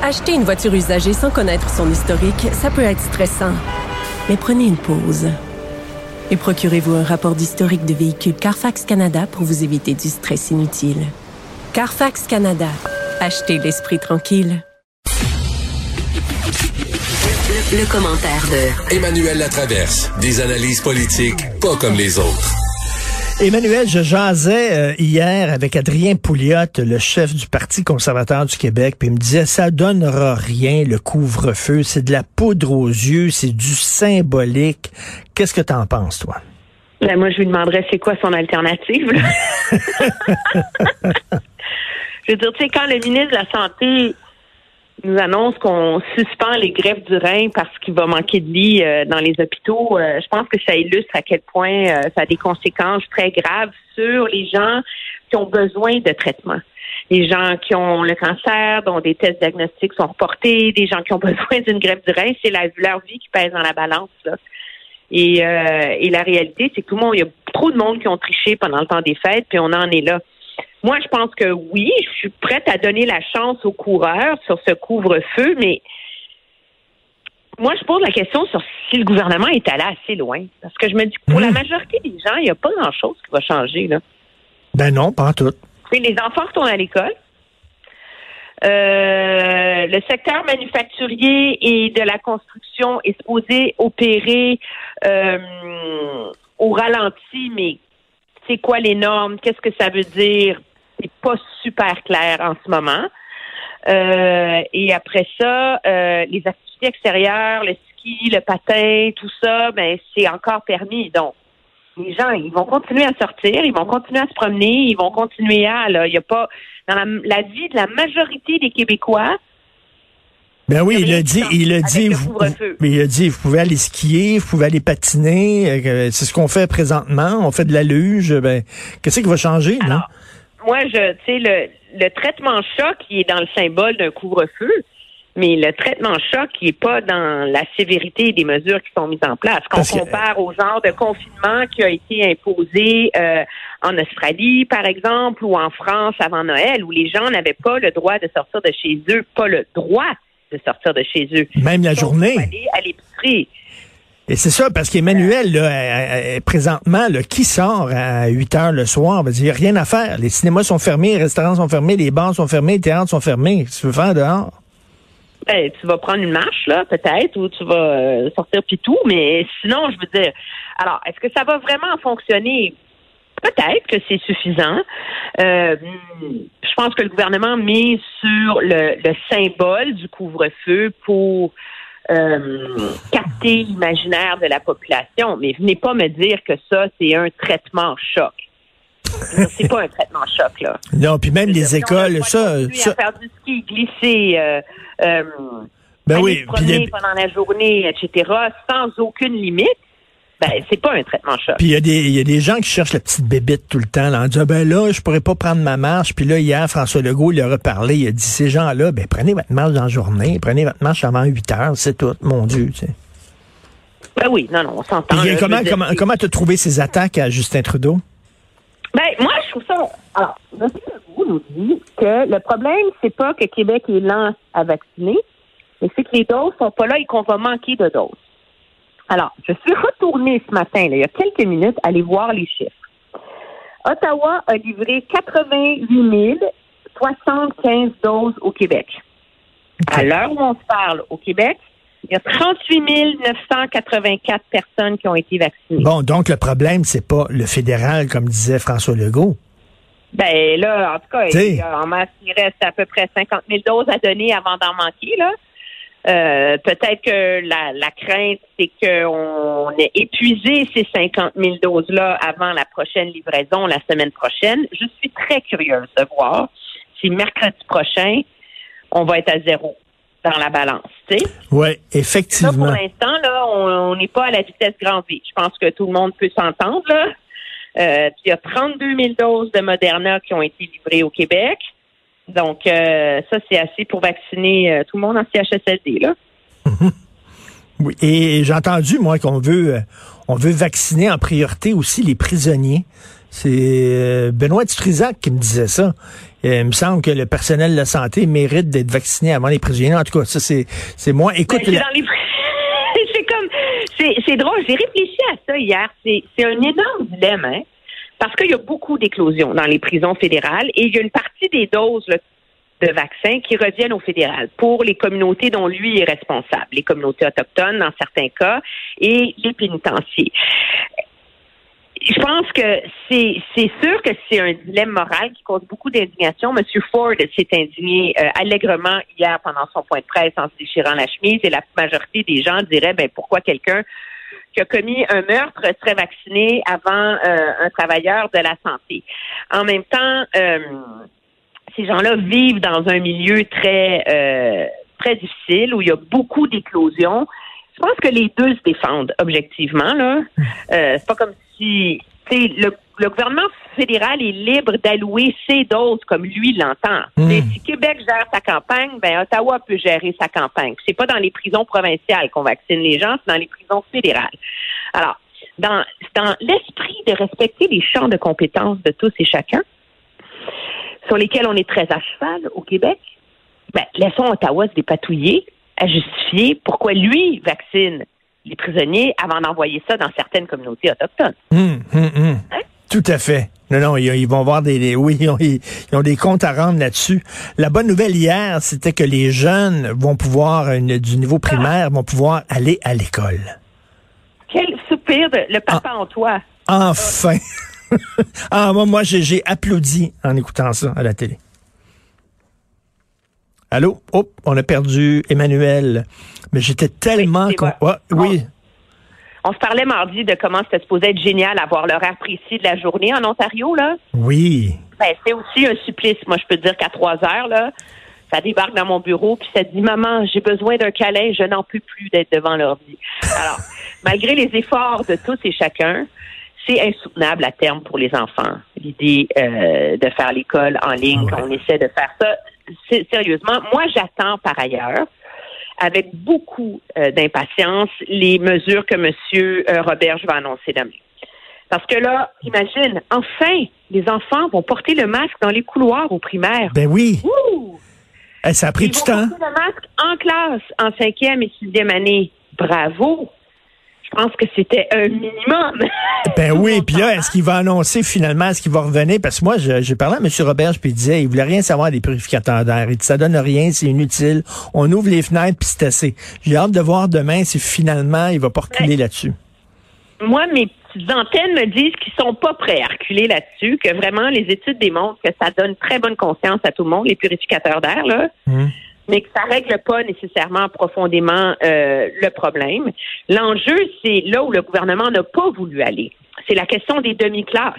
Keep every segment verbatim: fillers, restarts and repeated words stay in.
Acheter une voiture usagée sans connaître son historique, ça peut être stressant. Mais prenez une pause. Et procurez-vous un rapport d'historique de véhicule Carfax Canada pour vous éviter du stress inutile. Carfax Canada. Achetez l'esprit tranquille. Le, le commentaire de Emmanuel Latraverse. Des analyses politiques pas comme les autres. Emmanuel, je jasais euh, hier avec Adrien Pouliot, le chef du Parti conservateur du Québec, puis il me disait, ça donnera rien, le couvre-feu, c'est de la poudre aux yeux, c'est du symbolique. Qu'est-ce que t'en penses, toi? Ben, moi, je lui demanderais c'est quoi son alternative, là? Je veux dire, tu sais, quand le ministre de la Santé nous annonce qu'on suspend les greffes du rein parce qu'il va manquer de lits euh, dans les hôpitaux, euh, je pense que ça illustre à quel point euh, ça a des conséquences très graves sur les gens qui ont besoin de traitement. Les gens qui ont le cancer, dont des tests diagnostiques sont reportés, des gens qui ont besoin d'une greffe du rein, c'est la, leur vie qui pèse dans la balance, là. Et, euh, et la réalité, c'est que tout le monde, il y a trop de monde qui ont triché pendant le temps des fêtes, puis on en est là. Moi, je pense que oui, je suis prête à donner la chance aux coureurs sur ce couvre-feu, mais moi, je pose la question sur si le gouvernement est allé assez loin. Parce que je me dis que pour mmh. la majorité des gens, il n'y a pas grand-chose qui va changer, là. Ben non, pas en tout. Et les enfants retournent à l'école. Euh, le secteur manufacturier et de la construction est supposé opérer euh, au ralenti, mais c'est quoi les normes? Qu'est-ce que ça veut dire? C'est pas super clair en ce moment. Euh, et après ça, euh, les activités extérieures, le ski, le patin, tout ça, ben c'est encore permis. Donc, les gens, ils vont continuer à sortir, ils vont continuer à se promener, ils vont continuer à, là, il y a pas, dans la, la vie de la majorité des Québécois. Ben oui, il a dit, il a dit, vous, mais il a dit, vous pouvez aller skier, vous pouvez aller patiner, euh, c'est ce qu'on fait présentement, on fait de la luge, ben, qu'est-ce qui va changer, là? Alors, moi, je, tu sais, le, le traitement choc, il est dans le symbole d'un couvre-feu, mais le traitement choc, il est pas dans la sévérité des mesures qui sont mises en place. Quand on compare au genre de confinement qui a été imposé euh, en Australie, par exemple, ou en France avant Noël, où les gens n'avaient pas le droit de sortir de chez eux, pas le droit de sortir de chez eux. Même la Donc, journée. Aller à l'épicerie. Et c'est ça, parce qu'Emmanuel, là, euh, présentement, là, qui sort à huit heures le soir? Il n'y a rien à faire. Les cinémas sont fermés, les restaurants sont fermés, les bars sont fermés, les théâtres sont fermés. Qu'est-ce que tu veux faire dehors? Ben, tu vas prendre une marche, là, peut-être, ou tu vas euh, sortir pis tout, mais sinon, je veux dire, alors, est-ce que ça va vraiment fonctionner? Peut-être que c'est suffisant. Euh, je pense que le gouvernement mise sur le, le symbole du couvre-feu pour euh, capter l'imaginaire de la population, mais venez pas me dire que ça, c'est un traitement choc. C'est pas un traitement choc, là. Non, puis même les écoles, ça... ça... à faire du ski, glisser, euh, euh, ben aller oui, se promener les... pendant la journée, et cetera, sans aucune limite, ben c'est pas un traitement choc. Puis il y a des il y a des gens qui cherchent la petite bébite tout le temps, là, en disant, ben là, je pourrais pas prendre ma marche. Puis là, hier, François Legault, il leur a parlé, il a dit, ces gens-là, ben prenez votre marche dans la journée, prenez votre marche avant huit heures, c'est tout, mon Dieu, tu sais. Ben oui, non, non, on s'entend. Puis, là, comment comment, comment t'as trouvé ces attaques à Justin Trudeau? Ben, moi, je trouve ça... Alors, M. Legault nous dit que le problème, c'est pas que Québec est lent à vacciner, mais c'est que les doses sont pas là et qu'on va manquer de doses. Alors, je suis retournée ce matin, là, il y a quelques minutes, aller voir les chiffres. Ottawa a livré quatre-vingt-huit mille soixante-quinze doses au Québec. Okay. À l'heure où on se parle au Québec, il y a trente-huit mille neuf cent quatre-vingt-quatre personnes qui ont été vaccinées. Bon, donc le problème, c'est pas le fédéral, comme disait François Legault. Ben là, en tout cas, il, en masse, il reste à peu près cinquante mille doses à donner avant d'en manquer, là. Euh, peut-être que la, la crainte, c'est qu'on ait épuisé ces cinquante mille doses-là avant la prochaine livraison, la semaine prochaine. Je suis très curieuse de voir si mercredi prochain, on va être à zéro dans la balance, tu sais. Oui, effectivement. Ça, pour l'instant, là, on n'est pas à la vitesse grand V. Je pense que tout le monde peut s'entendre, là. Euh, puis il y a trente-deux mille doses de Moderna qui ont été livrées au Québec. Donc, euh, ça, c'est assez pour vacciner euh, tout le monde en C H S L D, là. Mm-hmm. Oui, et j'ai entendu, moi, qu'on veut, euh, on veut vacciner en priorité aussi les prisonniers. C'est euh, Benoît Dutrisac qui me disait ça. Euh, il me semble que le personnel de la santé mérite d'être vacciné avant les prisonniers. En tout cas, ça, c'est, c'est moi. Écoute, ben, c'est, la... dans les... c'est comme, c'est, c'est drôle. J'ai réfléchi à ça hier. C'est, c'est un énorme dilemme, hein, parce qu'il y a beaucoup d'éclosions dans les prisons fédérales et il y a une partie des doses là, de vaccins qui reviennent au fédéral pour les communautés dont lui est responsable, les communautés autochtones dans certains cas et les pénitenciers. Je pense que c'est c'est sûr que c'est un dilemme moral qui cause beaucoup d'indignation. Monsieur Ford s'est indigné euh, allègrement hier pendant son point de presse en se déchirant la chemise et la majorité des gens diraient ben pourquoi quelqu'un qui a commis un meurtre serait vacciné avant euh, un travailleur de la santé. En même temps, euh, ces gens-là vivent dans un milieu très euh, très difficile où il y a beaucoup d'éclosions. Je pense que les deux se défendent objectivement là. Euh, c'est pas comme si le, le gouvernement fédéral est libre d'allouer ses doses comme lui l'entend. Mmh. Si Québec gère sa campagne, ben Ottawa peut gérer sa campagne. C'est pas dans les prisons provinciales qu'on vaccine les gens, c'est dans les prisons fédérales. Alors, dans, dans l'esprit de respecter les champs de compétences de tous et chacun, sur lesquels on est très à cheval au Québec, ben laissons Ottawa se dépatouiller à justifier pourquoi lui vaccine les prisonniers avant d'envoyer ça dans certaines communautés autochtones. Hum, hum, hum. Hein? Tout à fait. Non, non, ils, ils vont avoir des, des oui, ils ont, ils, ils ont des comptes à rendre là-dessus. La bonne nouvelle hier, c'était que les jeunes vont pouvoir, une, du niveau primaire, vont pouvoir aller à l'école. Quel soupir de le papa en, en toi. Enfin. ah, moi, moi j'ai, j'ai applaudi en écoutant ça à la télé. Allô? Oh, on a perdu Emmanuel. Mais j'étais tellement... Oui, con... ouais, oui. On, on se parlait mardi de comment c'était supposé être génial avoir l'horaire précis de la journée en Ontario, là. Oui. Ben, c'est aussi un supplice. Moi, je peux te dire qu'à trois heures, là, ça débarque dans mon bureau, puis ça dit « Maman, j'ai besoin d'un câlin, je n'en peux plus d'être devant l'ordi. » Alors, malgré les efforts de tous et chacun, c'est insoutenable à terme pour les enfants. L'idée euh, de faire l'école en ligne, ouais. Quand on essaie de faire ça, c'est, sérieusement, moi, j'attends par ailleurs, avec beaucoup euh, d'impatience, les mesures que M. Euh, Roberge va annoncer demain. Parce que là, imagine, enfin, les enfants vont porter le masque dans les couloirs au primaire. Ben oui. Ouh! Hey, ça a pris Ils du vont temps. porter le masque en classe, en cinquième et sixième année. Bravo! Je pense que c'était un minimum. Ben oui, puis là, est-ce qu'il va annoncer finalement, est-ce qu'il va revenir? Parce que moi, je, j'ai parlé à M. Roberge, puis il disait, il voulait rien savoir des purificateurs d'air. Il dit, ça donne rien, c'est inutile. On ouvre les fenêtres, puis c'est assez. J'ai hâte de voir demain si finalement, il va pas reculer ouais. là-dessus. Moi, mes petites antennes me disent qu'ils sont pas prêts à reculer là-dessus, que vraiment, les études démontrent que ça donne très bonne conscience à tout le monde, les purificateurs d'air, là. Hum. Mais que ça règle pas nécessairement profondément euh, le problème. L'enjeu, c'est là où le gouvernement n'a pas voulu aller. C'est la question des demi-classes.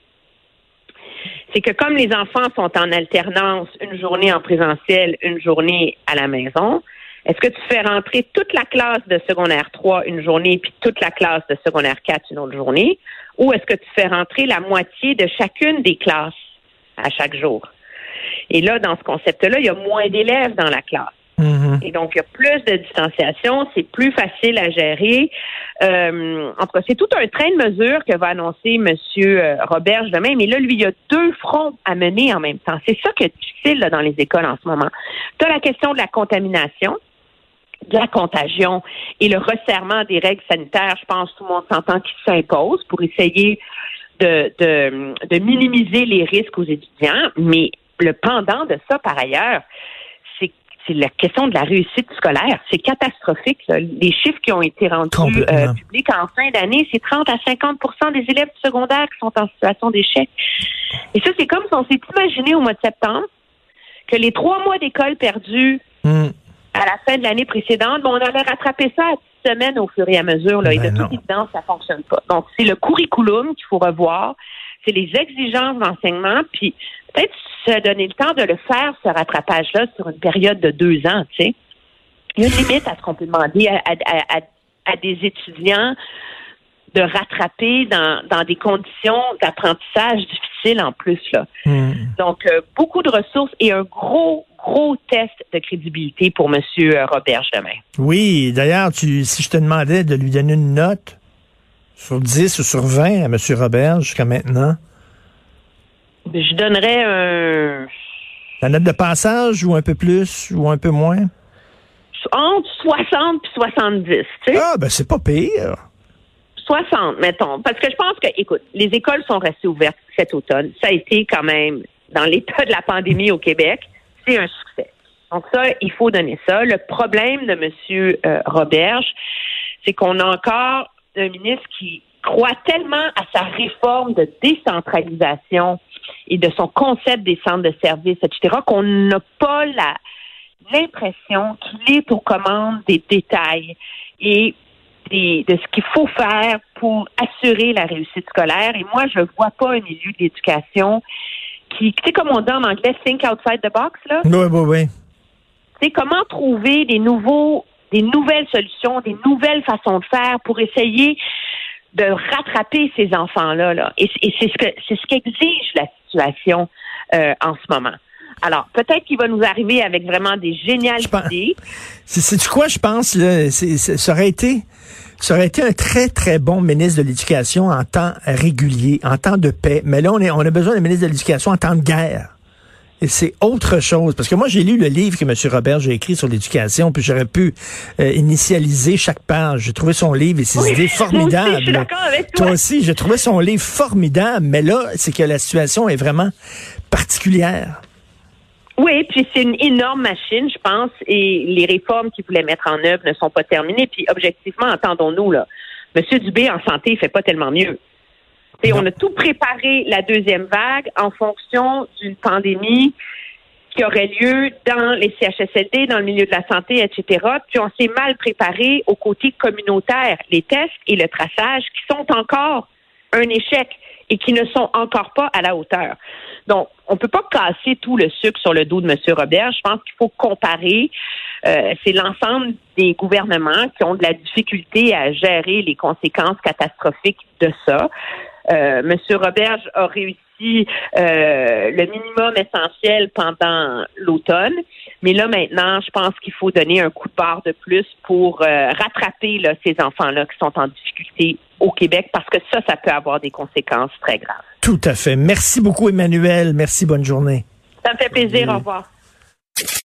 C'est que comme les enfants sont en alternance, une journée en présentiel, une journée à la maison, est-ce que tu fais rentrer toute la classe de secondaire trois une journée puis toute la classe de secondaire quatre une autre journée? Ou est-ce que tu fais rentrer la moitié de chacune des classes à chaque jour? Et là, dans ce concept-là, il y a moins d'élèves dans la classe. Mm-hmm. Et donc, il y a plus de distanciation, c'est plus facile à gérer. Euh, en tout cas, c'est tout un train de mesures que va annoncer M. Roberge demain. Mais là, lui, il y a deux fronts à mener en même temps. C'est ça qui est difficile là, dans les écoles en ce moment. Tu as la question de la contamination, de la contagion et le resserrement des règles sanitaires. Je pense que tout le monde s'entend qui s'impose pour essayer de, de, de minimiser les risques aux étudiants. Mais le pendant de ça, par ailleurs, c'est, c'est la question de la réussite scolaire. C'est catastrophique. Là. Les chiffres qui ont été rendus euh, publics en fin d'année, c'est trente à cinquante pour cent des élèves du secondaire qui sont en situation d'échec. Et ça, c'est comme si on s'est imaginé au mois de septembre que les trois mois d'école perdus mm. à la fin de l'année précédente, bon, on allait rattraper ça à dix semaines au fur et à mesure. Là, ben et de toute évidence, ça fonctionne pas. Donc, c'est le curriculum qu'il faut revoir. C'est les exigences d'enseignement, puis peut-être se donner le temps de le faire, ce rattrapage-là, sur une période de deux ans, tu sais. Il y a une limite à ce qu'on peut demander à, à, à, à des étudiants de rattraper dans, dans des conditions d'apprentissage difficiles en plus, là. Mm. Donc, euh, beaucoup de ressources et un gros, gros test de crédibilité pour M. Roberge demain. Oui, d'ailleurs, tu, si je te demandais de lui donner une note sur dix ou sur vingt à M. Roberge jusqu'à maintenant, Je donnerais un... La note de passage ou un peu plus ou un peu moins? Entre soixante et soixante-dix, tu sais. Ah, ben c'est pas pire. soixante, mettons. Parce que je pense que, écoute, les écoles sont restées ouvertes cet automne. Ça a été quand même, dans l'état de la pandémie au Québec, c'est un succès. Donc ça, il faut donner ça. Le problème de M. Euh, Roberge, c'est qu'on a encore un ministre qui croit tellement à sa réforme de décentralisation et de son concept des centres de services, et cetera, qu'on n'a pas la l'impression qu'il est aux commandes des détails et des, de ce qu'il faut faire pour assurer la réussite scolaire. Et moi, je ne vois pas un milieu de l'éducation qui, tu sais, comme on dit en anglais, think outside the box, là. Oui, oui, oui. Tu sais, comment trouver des nouveaux, des nouvelles solutions, des nouvelles façons de faire pour essayer de rattraper ces enfants-là, là. Et, et c'est ce que, c'est ce qu'exige la situation euh, en ce moment. Alors, peut-être qu'il va nous arriver avec vraiment des géniales pense, idées. C'est, c'est quoi, je pense, là, c'est, c'est, ça aurait été, ça aurait été un très, très bon ministre de l'Éducation en temps régulier, en temps de paix. Mais là, on, est, on a besoin d'un ministre de l'Éducation en temps de guerre. Et c'est autre chose. Parce que moi, j'ai lu le livre que M. Roberge a écrit sur l'éducation, puis j'aurais pu euh, initialiser chaque page. J'ai trouvé son livre et ses oui, idées formidables. Moi aussi, je suis d'accord avec toi. Toi aussi, j'ai trouvé son livre formidable. Mais là, c'est que la situation est vraiment particulière. Oui, puis c'est une énorme machine, je pense, et les réformes qu'ils voulaient mettre en œuvre ne sont pas terminées. Puis objectivement, entendons-nous, là, M. Dubé en santé, il fait pas tellement mieux. Et on a tout préparé la deuxième vague en fonction d'une pandémie qui aurait lieu dans les C H S L D, dans le milieu de la santé, et cetera. Puis on s'est mal préparé au côté communautaire, les tests et le traçage qui sont encore un échec et qui ne sont encore pas à la hauteur. Donc, on ne peut pas casser tout le sucre sur le dos de M. Roberge. Je pense qu'il faut comparer. Euh, c'est l'ensemble des gouvernements qui ont de la difficulté à gérer les conséquences catastrophiques de ça. Euh, M. Roberge a réussi euh, le minimum essentiel pendant l'automne, mais là maintenant, je pense qu'il faut donner un coup de barre de plus pour euh, rattraper là, ces enfants-là qui sont en difficulté au Québec, parce que ça, ça peut avoir des conséquences très graves. Tout à fait. Merci beaucoup, Emmanuel. Merci, bonne journée. Ça me fait plaisir. Au revoir.